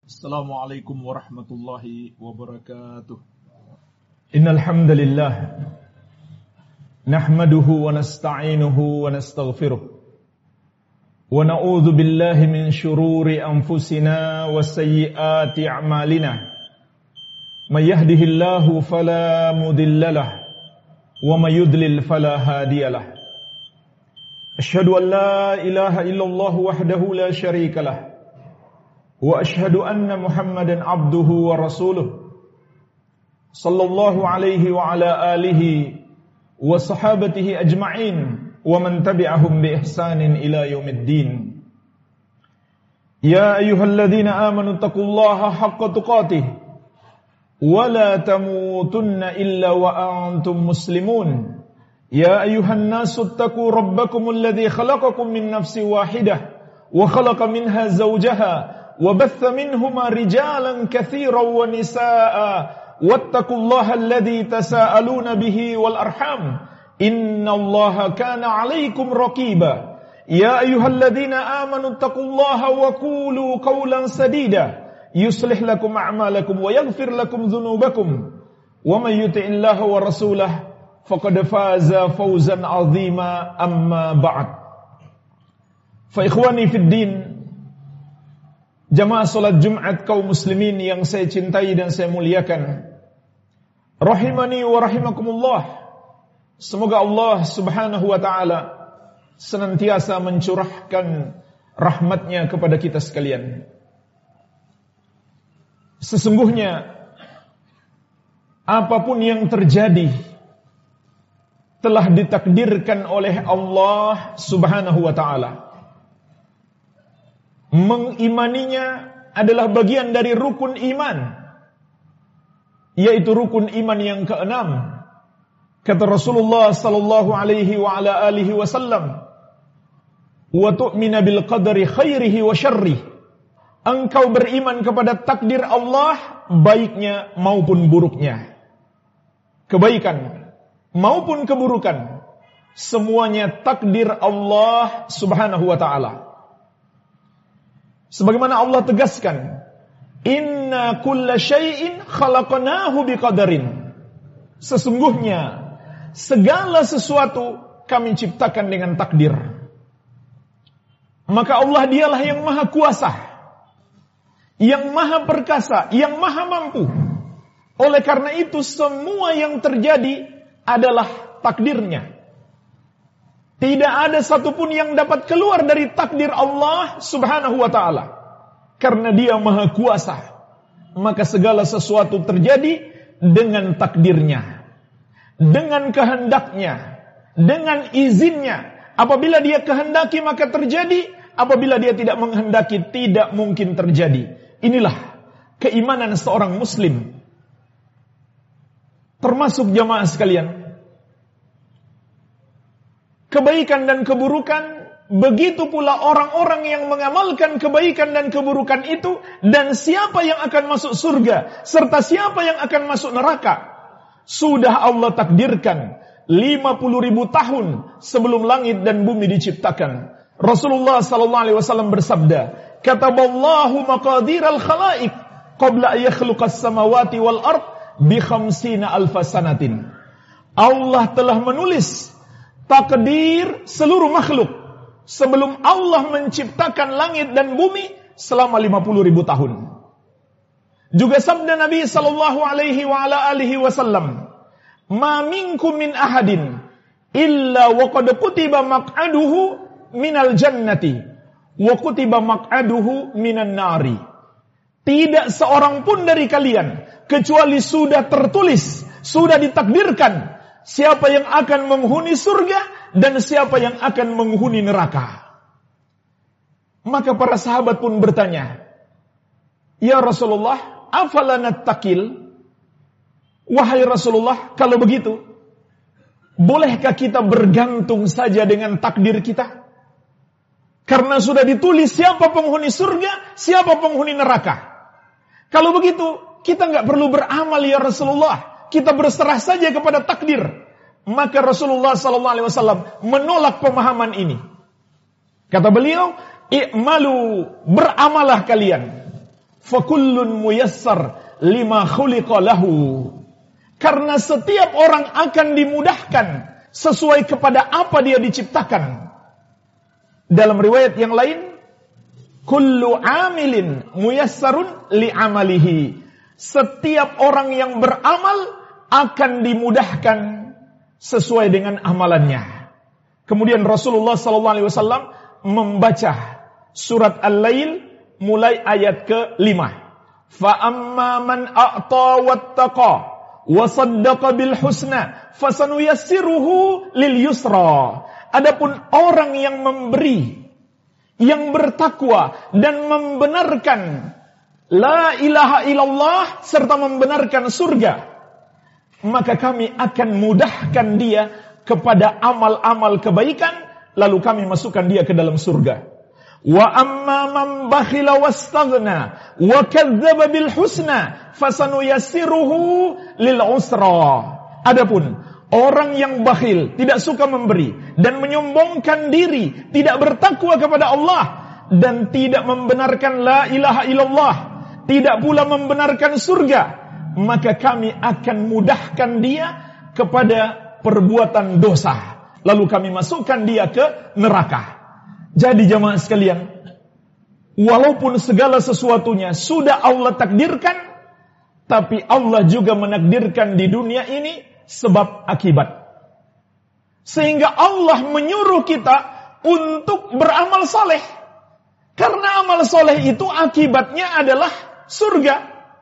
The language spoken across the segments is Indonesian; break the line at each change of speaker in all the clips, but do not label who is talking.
Assalamualaikum warahmatullahi wabarakatuh.
Innal hamdalillah nahmaduhu wa nasta'inuhu wa nastaghfiruh wa na'udzu billahi min shururi anfusina wa sayyiati a'malina. May yahdihillahu fala mudhillalah wa may yudlil fala hadiyalah. Asyhadu an la ilaha illallah wahdahu la syarikalah wa ashhadu anna Muhammadan abduhu wa rasuluh sallallahu alaihi wa ala alihi wa sahabatihi ajma'in wa man tabi'ahum bi ihsanin ila yaumiddin. Ya ayyuhalladzina amanu taqullaha haqqa tuqatih wa la tamutunna illa wa antum muslimun. Ya ayyuhan nasu taqu rabbakumul ladzi khalaqakum min nafsin wahidah wa khalaqa minha zawjaha وبث منهما رجالا كثيرا ونساء واتقوا الله الذي تساءلون به والأرحام إن الله كان عليكم رقيبا يا أيها الذين آمنوا اتقوا الله وقولوا قولا سديدا يصلح لكم أعمالكم ويغفر لكم ذنوبكم ومن يطع الله ورسوله فقد فاز فوزا عظيما أما بعد فإخواني في الدين, jamaah salat Jumat kaum muslimin yang saya cintai dan saya muliakan, rahimani wa rahimakumullah. Semoga Allah subhanahu wa ta'ala senantiasa mencurahkan rahmatnya kepada kita sekalian. Sesungguhnya apapun yang terjadi telah ditakdirkan oleh Allah subhanahu wa ta'ala. Mengimaninya adalah bagian dari rukun iman, yaitu rukun iman yang keenam. Kata Rasulullah sallallahu alaihi wa ala alihi wasallam, wa tu'mina bil qadari khairihi wa syarrihi. Engkau beriman kepada takdir Allah, baiknya maupun buruknya, kebaikan maupun keburukan, semuanya takdir Allah subhanahu wa ta'ala. Sebagaimana Allah tegaskan, inna kulla syai'in khalaqnahu biqadarin. Sesungguhnya segala sesuatu kami ciptakan dengan takdir. Maka Allah dialah yang maha kuasa, yang maha perkasa, yang maha mampu. Oleh karena itu semua yang terjadi adalah takdirnya. Tidak ada satupun yang dapat keluar dari takdir Allah subhanahu wa ta'ala. Karena dia maha kuasa, maka segala sesuatu terjadi dengan takdirnya, dengan kehendaknya, dengan izinnya. Apabila dia kehendaki maka terjadi, apabila dia tidak menghendaki tidak mungkin terjadi. Inilah keimanan seorang muslim. Termasuk jamaah sekalian, kebaikan dan keburukan, begitu pula orang-orang yang mengamalkan kebaikan dan keburukan itu, dan siapa yang akan masuk surga serta siapa yang akan masuk neraka, sudah Allah takdirkan 50.000 tahun sebelum langit dan bumi diciptakan. Rasulullah sallallahu alaihi wasallam bersabda, kataballahu maqadiral khalaiq qabla yakhluqas samawati wal ard bi 50 alf sanatin. Allah telah menulis takdir seluruh makhluk sebelum Allah menciptakan langit dan bumi selama 50.000 tahun. Juga sabda Nabi sallallahu alaihi wa ala alihi wasallam, "Ma minkum min ahadin illa wa qad kutiba maq'aduhu minal jannati wa kutiba maq'aduhu minan nari." Tidak seorang pun dari kalian kecuali sudah tertulis, sudah ditakdirkan siapa yang akan menghuni surga dan siapa yang akan menghuni neraka. Maka para sahabat pun bertanya, ya Rasulullah, afala nattaqil? Wahai Rasulullah, kalau begitu, bolehkah kita bergantung saja dengan takdir kita? Karena sudah ditulis siapa penghuni surga, siapa penghuni neraka. Kalau begitu, kita nggak perlu beramal ya Rasulullah. Kita berserah saja kepada takdir. Maka Rasulullah SAW menolak pemahaman ini. Kata beliau, i'malu, beramalah kalian. fakullun muyassar lima khuliqa lahu. Karena setiap orang akan dimudahkan sesuai kepada apa dia diciptakan. Dalam riwayat yang lain, kullu amilin muyassarun li amalihi. Setiap orang yang beramal akan dimudahkan sesuai dengan amalannya. Kemudian Rasulullah SAW membaca surat Al-Lail mulai ayat ke-5. Fa amma man a'ta wattaqa wa saddaqa bil husna fasanuyassiruhu lil yusra. Adapun orang yang memberi, yang bertakwa dan membenarkan la ilaha illallah serta membenarkan surga, maka kami akan mudahkan dia kepada amal-amal kebaikan, lalu kami masukkan dia ke dalam surga. Wa amma man bakhila wastaghna wa kadzdzaba bil husna fasanuyassiruhu lil usra. Adapun orang yang bakhil, tidak suka memberi dan menyombongkan diri, tidak bertakwa kepada Allah dan tidak membenarkan la ilaha illallah, tidak pula membenarkan surga, maka kami akan mudahkan dia kepada perbuatan dosa, lalu kami masukkan dia ke neraka. Jadi jamaah sekalian, walaupun segala sesuatunya sudah Allah takdirkan, tapi Allah juga menakdirkan di dunia ini sebab akibat. Sehingga Allah menyuruh kita untuk beramal soleh. Karena amal soleh itu akibatnya adalah surga.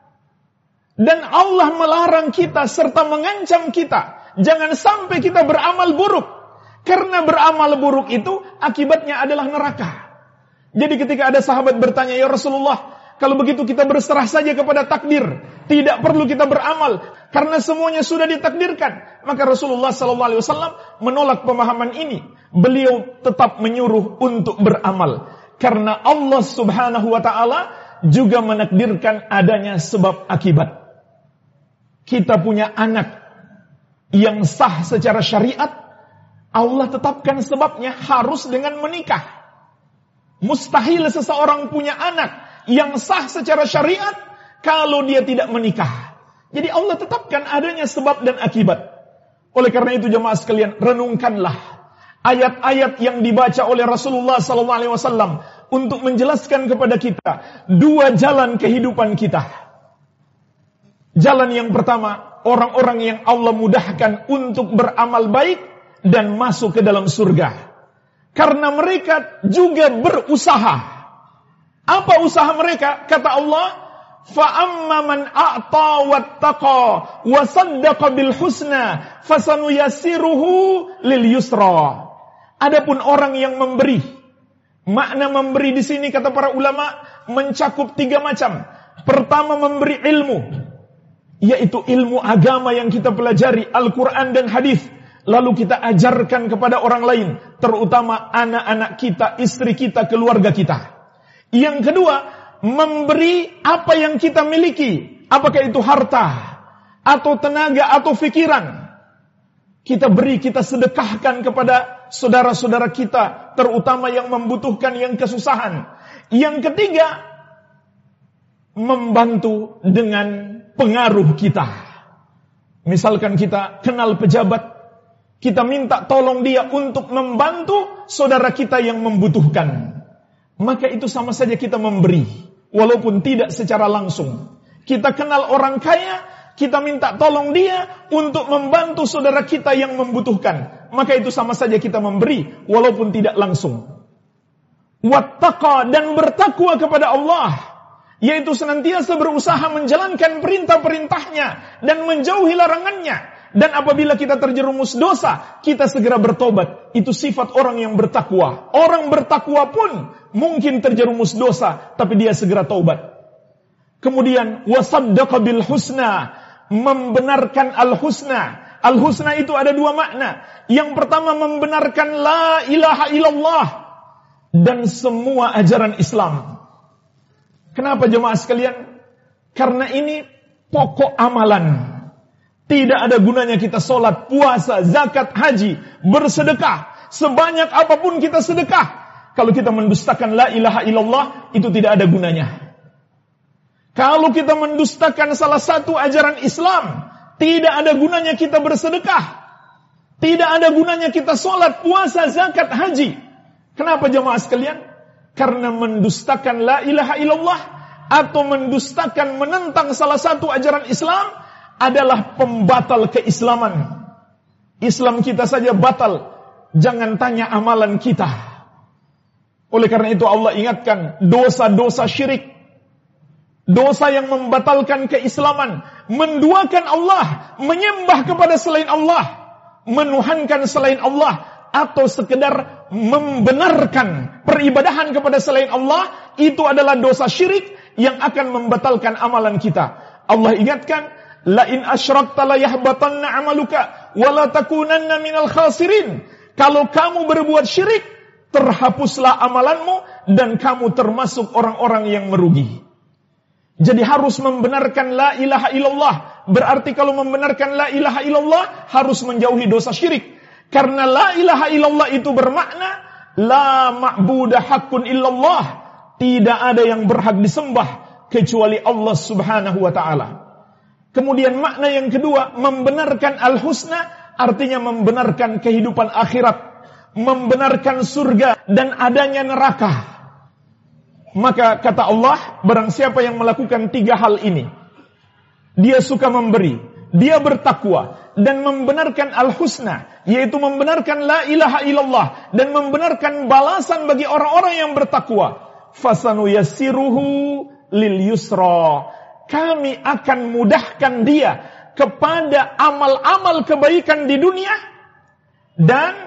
Dan Allah melarang kita serta mengancam kita, jangan sampai kita beramal buruk. Karena beramal buruk itu akibatnya adalah neraka. Jadi ketika ada sahabat bertanya, ya Rasulullah, kalau begitu kita berserah saja kepada takdir, tidak perlu kita beramal karena semuanya sudah ditakdirkan. Maka Rasulullah SAW menolak pemahaman ini. Beliau tetap menyuruh untuk beramal karena Allah Subhanahu wa taala juga menakdirkan adanya sebab akibat. Kita punya anak yang sah secara syariat, Allah tetapkan sebabnya harus dengan menikah. Mustahil seseorang punya anak yang sah secara syariat kalau dia tidak menikah. Jadi Allah tetapkan adanya sebab dan akibat. Oleh karena itu jemaah sekalian, renungkanlah ayat-ayat yang dibaca oleh Rasulullah SAW untuk menjelaskan kepada kita dua jalan kehidupan kita. Jalan yang pertama, orang-orang yang Allah mudahkan untuk beramal baik dan masuk ke dalam surga. Karena mereka juga berusaha. Apa usaha mereka? Kata Allah, فَأَمَّا مَنْ أَعْطَى وَاتَّقَى وَصَدَّقَ بِالْحُسْنَى فَسَنُيَسِّرُهُ لِلْيُسْرَى. Adapun orang yang memberi, makna memberi di sini kata para ulama mencakup 3 macam. Pertama, memberi ilmu, yaitu ilmu agama yang kita pelajari, Al-Quran dan hadis, lalu kita ajarkan kepada orang lain, terutama anak-anak kita, istri kita, keluarga kita. Yang kedua, memberi apa yang kita miliki, apakah itu harta, atau tenaga, atau pikiran. Kita beri, kita sedekahkan kepada saudara-saudara kita, terutama yang membutuhkan, yang kesusahan. Yang ketiga, membantu dengan pengaruh kita. Misalkan kita kenal pejabat, kita minta tolong dia untuk membantu saudara kita yang membutuhkan. Maka itu sama saja kita memberi, walaupun tidak secara langsung. Kita kenal orang kaya, kita minta tolong dia untuk membantu saudara kita yang membutuhkan. Maka itu sama saja kita memberi, walaupun tidak langsung. Wattaqa, dan bertakwa kepada Allah, yaitu senantiasa berusaha menjalankan perintah-perintahnya dan menjauhi larangannya. Dan apabila kita terjerumus dosa, kita segera bertobat. Itu sifat orang yang bertakwa. Orang bertakwa pun mungkin terjerumus dosa, tapi dia segera taubat. Kemudian wasaddaqa bil husna, membenarkan al-husna. Al-husna itu ada 2 makna. Yang pertama, membenarkan la ilaha illallah dan semua ajaran Islam. Kenapa jemaah sekalian? Karena ini pokok amalan. Tidak ada gunanya kita sholat, puasa, zakat, haji, bersedekah, sebanyak apapun kita sedekah, kalau kita mendustakan la ilaha illallah, itu tidak ada gunanya. Kalau kita mendustakan salah satu ajaran Islam, tidak ada gunanya kita bersedekah. Tidak ada gunanya kita sholat, puasa, zakat, haji. Kenapa jemaah sekalian? Karena mendustakan la ilaha illallah atau mendustakan, menentang salah satu ajaran Islam adalah pembatal keislaman. Islam kita saja batal, jangan tanya amalan kita. Oleh karena itu Allah ingatkan dosa-dosa syirik, dosa yang membatalkan keislaman, menduakan Allah, menyembah kepada selain Allah, menuhankan selain Allah, atau sekedar membenarkan peribadahan kepada selain Allah, itu adalah dosa syirik yang akan membatalkan amalan kita. Allah ingatkan, la in asyrakta la yahbatanna amaluka wa la takunanna minal khasirin. Kalau kamu berbuat syirik, terhapuslah amalanmu dan kamu termasuk orang-orang yang merugi. Jadi harus membenarkan la ilaha illallah. Berarti kalau membenarkan la ilaha illallah harus menjauhi dosa syirik. Karena la ilaha illallah itu bermakna la ma'budah haqqun illallah. Tidak ada yang berhak disembah kecuali Allah Subhanahu wa ta'ala. Kemudian makna yang kedua, membenarkan al-husna, artinya membenarkan kehidupan akhirat, membenarkan surga dan adanya neraka. Maka kata Allah, barang siapa yang melakukan 3 hal ini, dia suka memberi, dia bertakwa, dan membenarkan al-husna, yaitu membenarkan la ilaha illallah, dan membenarkan balasan bagi orang-orang yang bertakwa, fasanuyassiruhu lil yusra. Kami akan mudahkan dia kepada amal-amal kebaikan di dunia, dan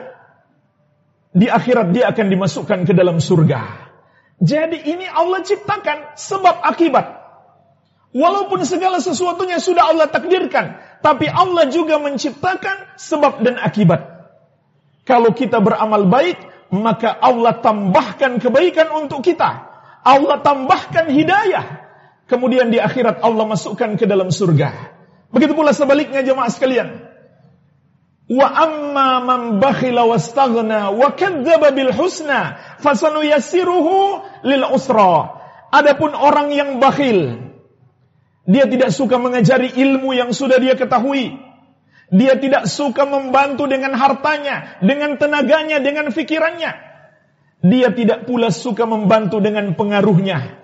di akhirat dia akan dimasukkan ke dalam surga. Jadi ini Allah ciptakan sebab akibat. Walaupun segala sesuatunya sudah Allah takdirkan, tapi Allah juga menciptakan sebab dan akibat. Kalau kita beramal baik, maka Allah tambahkan kebaikan untuk kita. Allah tambahkan hidayah. Kemudian di akhirat Allah masukkan ke dalam surga. Begitu pula sebaliknya jemaah sekalian. Wa amma man bakhila wastaghna wa kadzdzaba bil husna fasanuyassiruhu lil usra. Adapun orang yang bakhil, dia tidak suka mengajari ilmu yang sudah dia ketahui. Dia tidak suka membantu dengan hartanya, dengan tenaganya, dengan fikirannya. Dia tidak pula suka membantu dengan pengaruhnya.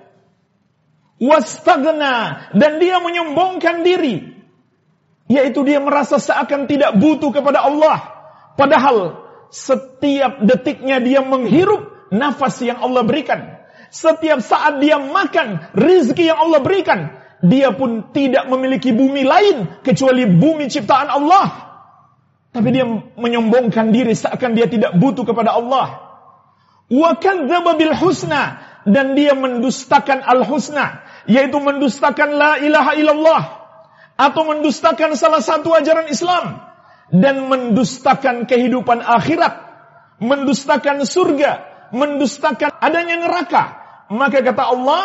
Wastaghna, dan dia menyombongkan diri. Yaitu dia merasa seakan tidak butuh kepada Allah. Padahal setiap detiknya dia menghirup nafas yang Allah berikan. Setiap saat dia makan rizki yang Allah berikan. Dia pun tidak memiliki bumi lain kecuali bumi ciptaan Allah. Tapi dia menyombongkan diri seakan dia tidak butuh kepada Allah. Wa kadzdzaba bil husna, dan dia mendustakan al-husna, yaitu mendustakan la ilaha illallah, atau mendustakan salah satu ajaran Islam, dan mendustakan kehidupan akhirat, mendustakan surga, mendustakan adanya neraka. Maka kata Allah,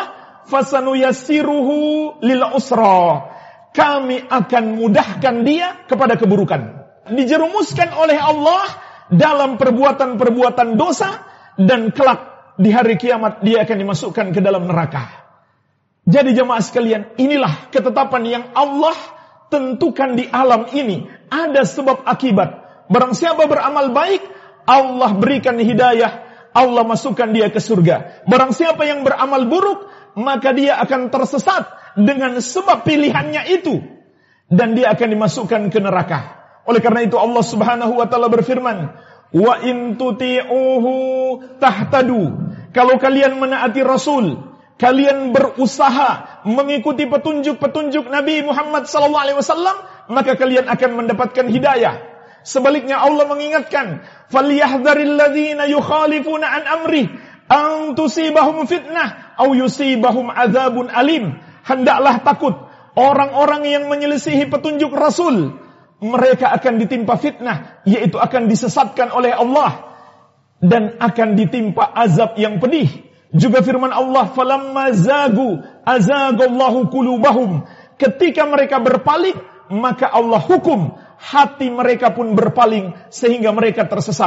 fasanuyassiruhu lil usra. Kami akan mudahkan dia kepada keburukan. Dijerumuskan oleh Allah dalam perbuatan-perbuatan dosa, dan kelak di hari kiamat dia akan dimasukkan ke dalam neraka. Jadi jemaah sekalian, inilah ketetapan yang Allah tentukan di alam ini. Ada sebab akibat. Barang siapa beramal baik, Allah berikan hidayah, Allah masukkan dia ke surga. Barang siapa yang beramal buruk, maka dia akan tersesat dengan sebab pilihannya itu, dan dia akan dimasukkan ke neraka. Oleh karena itu Allah Subhanahu wa ta'ala berfirman, wa in tuti'uhu tahtadu. Kalau kalian menaati Rasul, kalian berusaha mengikuti petunjuk-petunjuk Nabi Muhammad SAW, maka kalian akan mendapatkan hidayah. Sebaliknya Allah mengingatkan, falyahdharil ladzina yukhalifuna an amrih an tusibahum fitnah aw yusibahum adzabun alim. Hendaklah takut orang-orang yang menyelisihi petunjuk Rasul, mereka akan ditimpa fitnah, yaitu akan disesatkan oleh Allah, dan akan ditimpa azab yang pedih. Juga firman Allah, falamma zagu azagallahu qulubahum. Ketika mereka berpaling, maka Allah hukum hati mereka pun berpaling sehingga mereka tersesat.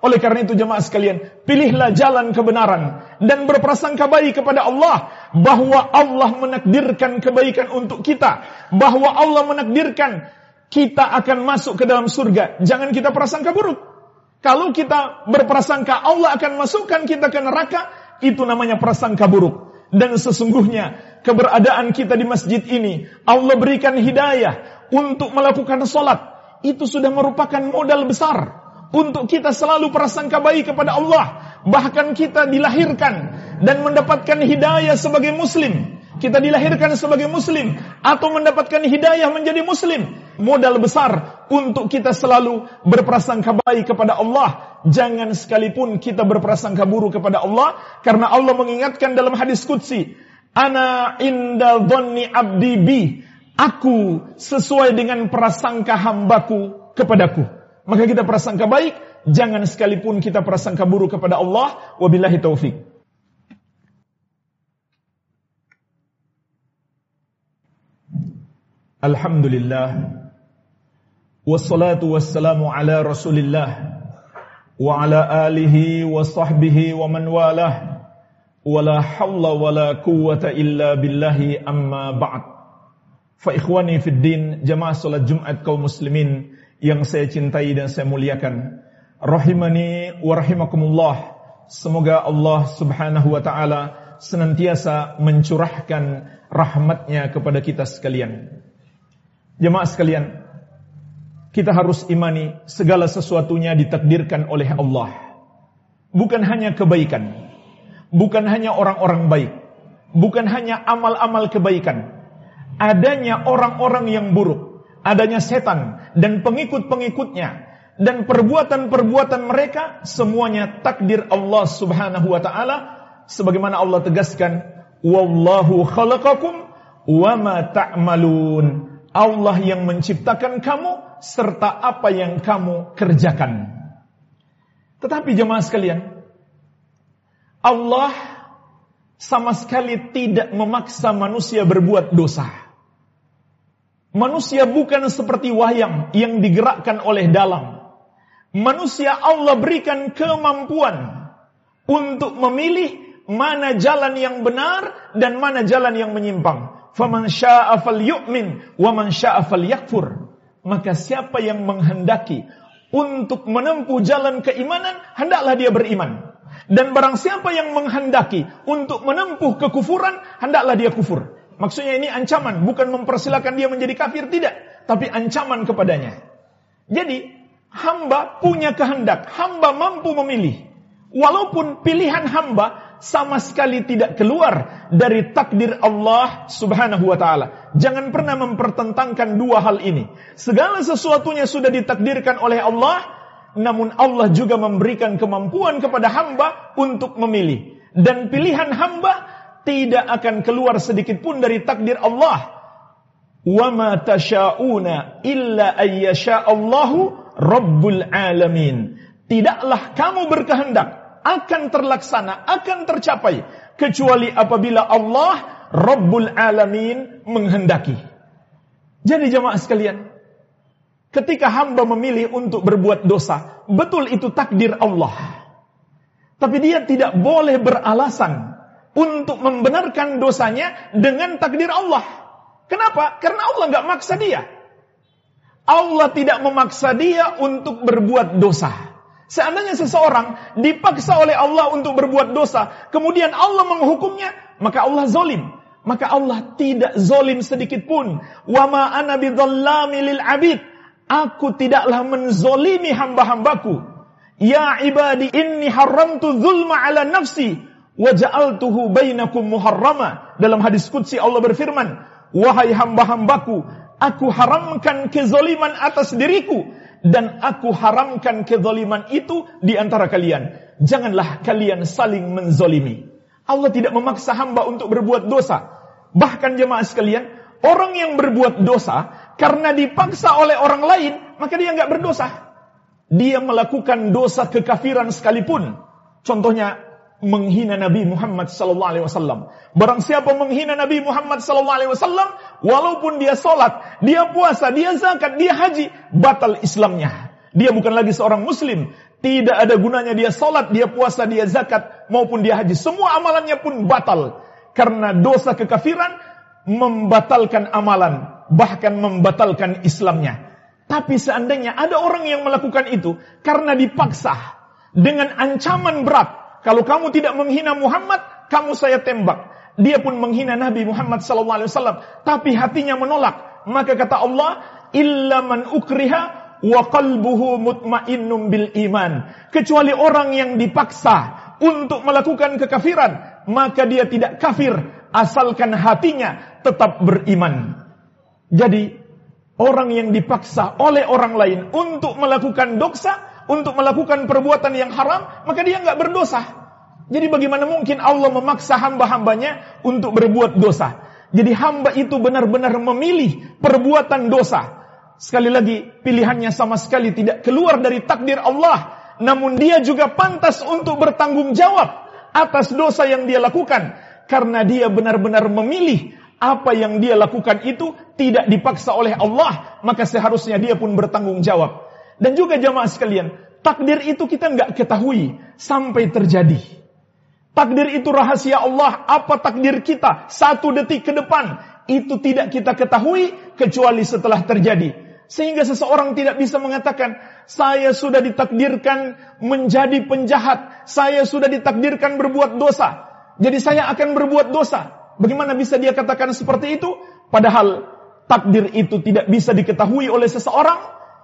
Oleh karena itu jemaah sekalian, pilihlah jalan kebenaran dan berprasangka baik kepada Allah bahwa Allah menakdirkan kebaikan untuk kita, bahwa Allah menakdirkan kita akan masuk ke dalam surga. Jangan kita prasangka buruk. Kalau kita berprasangka Allah akan masukkan kita ke neraka, itu namanya prasangka buruk. Dan sesungguhnya keberadaan kita di masjid ini, Allah berikan hidayah untuk melakukan salat, itu sudah merupakan modal besar untuk kita selalu prasangka baik kepada Allah. Bahkan kita dilahirkan dan mendapatkan hidayah sebagai muslim. Kita dilahirkan sebagai muslim atau mendapatkan hidayah menjadi muslim. Modal besar untuk kita selalu berprasangka baik kepada Allah. Jangan sekalipun kita berprasangka buruk kepada Allah. Karena Allah mengingatkan dalam hadis qudsi, Ana inda dhanni abdi bi. Aku sesuai dengan prasangka hambaku kepadaku. Maka kita prasangka baik, jangan sekalipun kita prasangka buruk kepada Allah. Wabillahi taufik. Alhamdulillah. Wassalatu wassalamu ala Rasulillah wa ala alihi wa sahbihi wa man walah. Wala hawla wala quwwata illa billahi amma ba'd. Fa ikhwani fid din, jamaah salat Jumat kaum muslimin yang saya cintai dan saya muliakan, rahimani wa rahimakumullah. Semoga Allah subhanahu wa ta'ala senantiasa mencurahkan rahmatnya kepada kita sekalian. Jemaah sekalian, kita harus imani segala sesuatunya ditakdirkan oleh Allah. Bukan hanya kebaikan, bukan hanya orang-orang baik, bukan hanya amal-amal kebaikan. Adanya orang-orang yang buruk, adanya setan dan pengikut-pengikutnya, dan perbuatan-perbuatan mereka semuanya takdir Allah subhanahu wa ta'ala. Sebagaimana Allah tegaskan, Wallahu khalaqakum wa ma ta'malun. Allah yang menciptakan kamu serta apa yang kamu kerjakan. Tetapi jemaah sekalian, Allah sama sekali tidak memaksa manusia berbuat dosa. Manusia bukan seperti wayang yang digerakkan oleh dalang. Manusia Allah berikan kemampuan untuk memilih mana jalan yang benar dan mana jalan yang menyimpang. Faman syaa'a falyu'min wa man syaa'a falyakfur. Maka siapa yang menghendaki untuk menempuh jalan keimanan, hendaklah dia beriman. Dan barang siapa yang menghendaki untuk menempuh kekufuran, hendaklah dia kufur. Maksudnya ini ancaman, bukan mempersilakan dia menjadi kafir, tidak, tapi ancaman kepadanya. Jadi hamba punya kehendak, hamba mampu memilih. Walaupun pilihan hamba sama sekali tidak keluar dari takdir Allah subhanahu wa ta'ala. Jangan pernah mempertentangkan dua hal ini. Segala sesuatunya sudah ditakdirkan oleh Allah, namun Allah juga memberikan kemampuan kepada hamba untuk memilih. Dan pilihan hamba tidak akan keluar sedikit pun dari takdir Allah. Wa ma tasha'una illa ayyasha'allahu rabbul alamin. Tidaklah kamu berkehendak akan terlaksana, akan tercapai, kecuali apabila Allah Rabbul Alamin menghendaki. Jadi jemaah sekalian, ketika hamba memilih untuk berbuat dosa, betul itu takdir Allah. Tapi dia tidak boleh beralasan untuk membenarkan dosanya dengan takdir Allah. Kenapa? Karena Allah nggak maksa dia. Allah tidak memaksa dia untuk berbuat dosa. Seandainya seseorang dipaksa oleh Allah untuk berbuat dosa, kemudian Allah menghukumnya, maka Allah zalim. Maka Allah tidak zalim sedikit pun. Wa ma ana bidzallami lil abid. Aku tidaklah menzolimi hamba-hambaku. Ya ibadi inni haramtu dzulma ala nafsi wa ja'altuhu bainakum muharrama. Dalam hadis qudsi Allah berfirman, wahai hamba-hambaku, aku haramkan kezaliman atas diriku, dan aku haramkan kezaliman itu di antara kalian. Janganlah kalian saling menzolimi. Allah tidak memaksa hamba untuk berbuat dosa. Bahkan jemaah sekalian, orang yang berbuat dosa karena dipaksa oleh orang lain, maka dia enggak berdosa. Dia melakukan dosa kekafiran sekalipun. Contohnya menghina Nabi Muhammad SAW. Barang siapa menghina Nabi Muhammad SAW, walaupun dia sholat, dia puasa, dia zakat, dia haji, batal Islamnya. Dia bukan lagi seorang muslim, Tidak ada gunanya dia salat, dia puasa, dia zakat, maupun dia haji. Semua amalannya pun batal. Karena dosa kekafiran membatalkan amalan, bahkan membatalkan Islamnya. Tapi seandainya ada orang yang melakukan itu karena dipaksa dengan ancaman berat, kalau kamu tidak menghina Muhammad, kamu saya tembak. Dia pun menghina Nabi Muhammad SAW, tapi hatinya menolak. Maka kata Allah, illa man ukriha wa qalbuhu mutmainnum bil iman. Kecuali orang yang dipaksa untuk melakukan kekafiran, maka dia tidak kafir asalkan hatinya tetap beriman. Jadi orang yang dipaksa oleh orang lain untuk melakukan dosa, untuk melakukan perbuatan yang haram, maka dia enggak berdosa. Jadi bagaimana mungkin Allah memaksa hamba-hambanya untuk berbuat dosa? Jadi hamba itu benar-benar memilih perbuatan dosa. Sekali lagi, pilihannya sama sekali tidak keluar dari takdir Allah. Namun dia juga pantas untuk bertanggung jawab atas dosa yang dia lakukan. Karena dia benar-benar memilih apa yang dia lakukan itu tidak dipaksa oleh Allah. Maka seharusnya dia pun bertanggung jawab. Dan juga jamaah sekalian, takdir itu kita nggak ketahui sampai terjadi. Takdir itu rahasia Allah. Apa takdir kita 1 detik ke depan, itu tidak kita ketahui kecuali setelah terjadi. Sehingga seseorang tidak bisa mengatakan, saya sudah ditakdirkan menjadi penjahat, saya sudah ditakdirkan berbuat dosa, jadi saya akan berbuat dosa. Bagaimana bisa dia katakan seperti itu? Padahal takdir itu tidak bisa diketahui oleh seseorang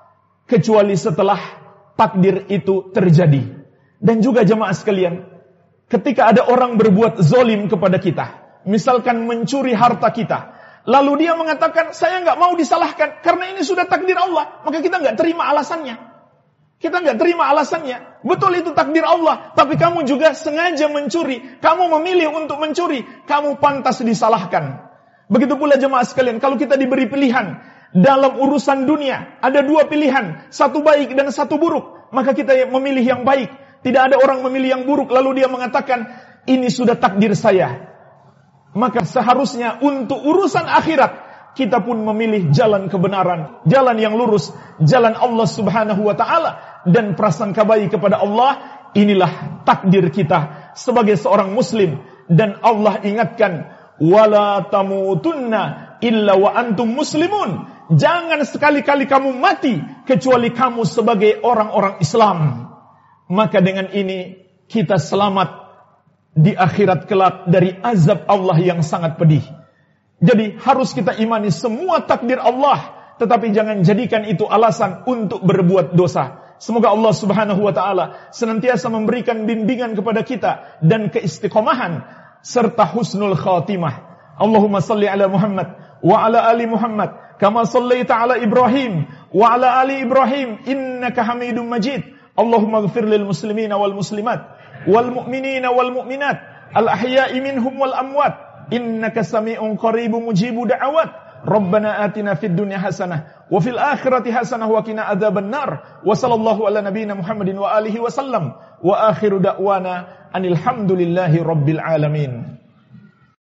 kecuali setelah takdir itu terjadi. Dan juga jemaah sekalian, ketika ada orang berbuat zolim kepada kita, misalkan mencuri harta kita, lalu dia mengatakan, saya nggak mau disalahkan karena ini sudah takdir Allah. Maka kita nggak terima alasannya. Kita nggak terima alasannya. Betul itu takdir Allah, tapi kamu juga sengaja mencuri. Kamu memilih untuk mencuri. Kamu pantas disalahkan. Begitu pula jemaah sekalian, kalau kita diberi pilihan dalam urusan dunia, ada 2 pilihan, 1 baik dan 1 buruk. Maka kita memilih yang baik. Tidak ada orang memilih yang buruk lalu dia mengatakan, ini sudah takdir saya. Maka seharusnya untuk urusan akhirat kita pun memilih jalan kebenaran, jalan yang lurus, jalan Allah Subhanahu wa taala, dan prasangka baik kepada Allah. Inilah takdir kita sebagai seorang muslim. Dan Allah ingatkan, wala tamutunna illa wa antum muslimun. Jangan sekali-kali kamu mati kecuali kamu sebagai orang-orang Islam. Maka dengan ini kita selamat di akhirat kelak dari azab Allah yang sangat pedih. Jadi harus kita imani semua takdir Allah, tetapi jangan jadikan itu alasan untuk berbuat dosa. Semoga Allah Subhanahu wa taala senantiasa memberikan bimbingan kepada kita dan keistiqomahan serta husnul khatimah. Allahumma salli ala Muhammad wa ala ali Muhammad kama sallaita ala Ibrahim wa ala ali Ibrahim innaka Hamidum Majid. Allahumma ighfir lil muslimina wal muslimat wal mu'minina wal mu'minat al ahya'i minhum wal amwat innaka sami'un qaribun mujibu da'awat. Rabbana atina fid dunya hasanah wa fil akhirati hasanah wa qina adzaban nar. Wa sallallahu ala nabiyyina Muhammadin wa alihi wa sallam. Wa akhiru da'wana anil hamdulillahi rabbil alamin.